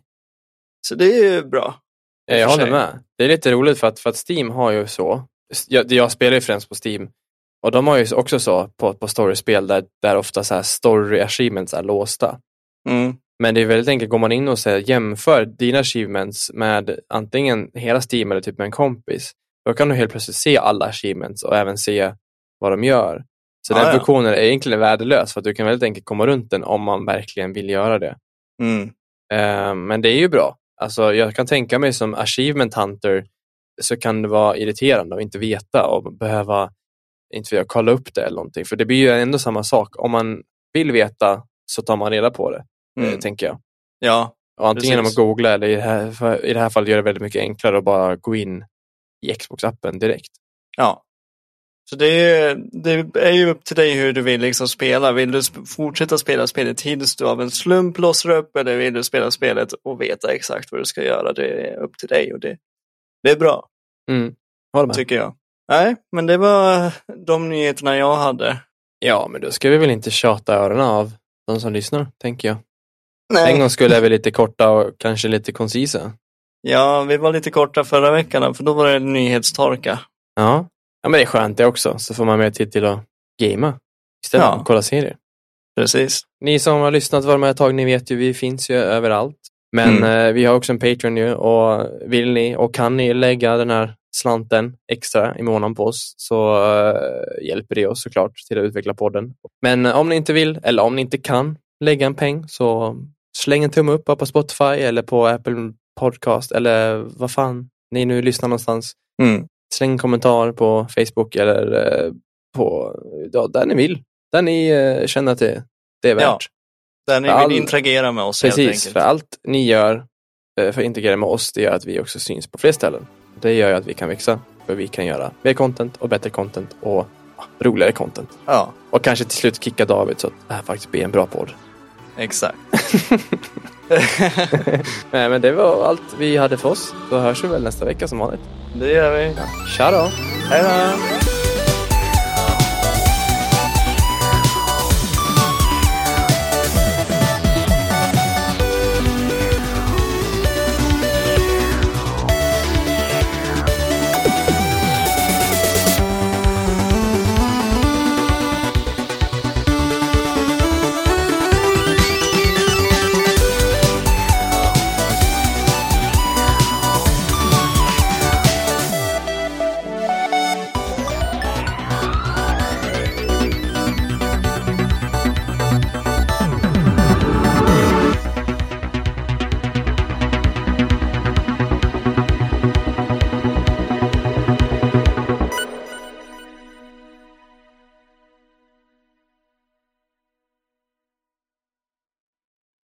Så det är ju bra. Ja, jag håller med. Det är lite roligt för att, för att Steam har ju så. Jag, jag spelar ju främst på Steam. Och de har ju också så på, på storyspel där, där ofta så här story achievements är låsta. Mm. Men det är väldigt enkelt, går man in och säger jämför dina achievements med antingen hela Steam eller typ med en kompis. Då kan du helt plötsligt se alla achievements och även se vad de gör. Så ah, den funktionen ja. är egentligen värdelös för att du kan väldigt enkelt komma runt den om man verkligen vill göra det. Mm. Uh, men det är ju bra. Alltså jag kan tänka mig som achievement hunter så kan det vara irriterande att inte veta och behöva inte vilja kolla upp det eller någonting. För det blir ju ändå samma sak. Om man vill veta så tar man reda på det. Mm. tänker jag. Ja. Och antingen genom att googla eller i det, här, i det här fallet gör det väldigt mycket enklare att bara gå in i Xbox-appen direkt. Ja. Så det är, det är ju upp till dig hur du vill liksom spela. Vill du fortsätta spela spelet tills du av en slump låser upp eller vill du spela spelet och veta exakt vad du ska göra? Det är upp till dig och det, det är bra. Mm. Håller med. Tycker jag. Nej, men det var de nyheterna jag hade. Ja, men då ska vi väl inte tjata öronen av de som lyssnar, tänker jag. Nej. En gång skulle vi lite korta och kanske lite koncisa. Ja, vi var lite korta förra veckan för då var det nyhetstorka. Ja, ja men det är skönt det också. Så får man mer tid till att gamea istället för att kolla serier. Precis. Ni som har lyssnat var med ett tag, ni vet ju, vi finns ju överallt. Men mm. eh, vi har också en Patreon nu och vill ni och kan ni lägga den här slanten extra i månaden på oss så eh, hjälper det oss såklart till att utveckla podden. Men eh, om ni inte vill eller om ni inte kan lägga en peng så släng en tumme upp på Spotify eller på Apple Podcast eller vad fan ni nu lyssnar någonstans. Mm. Släng en kommentar på Facebook eller eh, på ja, där ni vill. Där ni eh, känner att det, det är värt. Ja, där ni vill all... interagera med oss. Precis, helt enkelt. För allt ni gör eh, för att integrera med oss det gör att vi också syns på fler ställen. Det gör ju att vi kan växa. För vi kan göra mer content och bättre content och ja, roligare content. Ja. Och kanske till slut kicka David så att det här faktiskt blir en bra podd. Exakt. Nej, men det var allt vi hade för oss. Då hörs vi väl nästa vecka som vanligt. Det gör vi. Ja. Tja då. Hej då.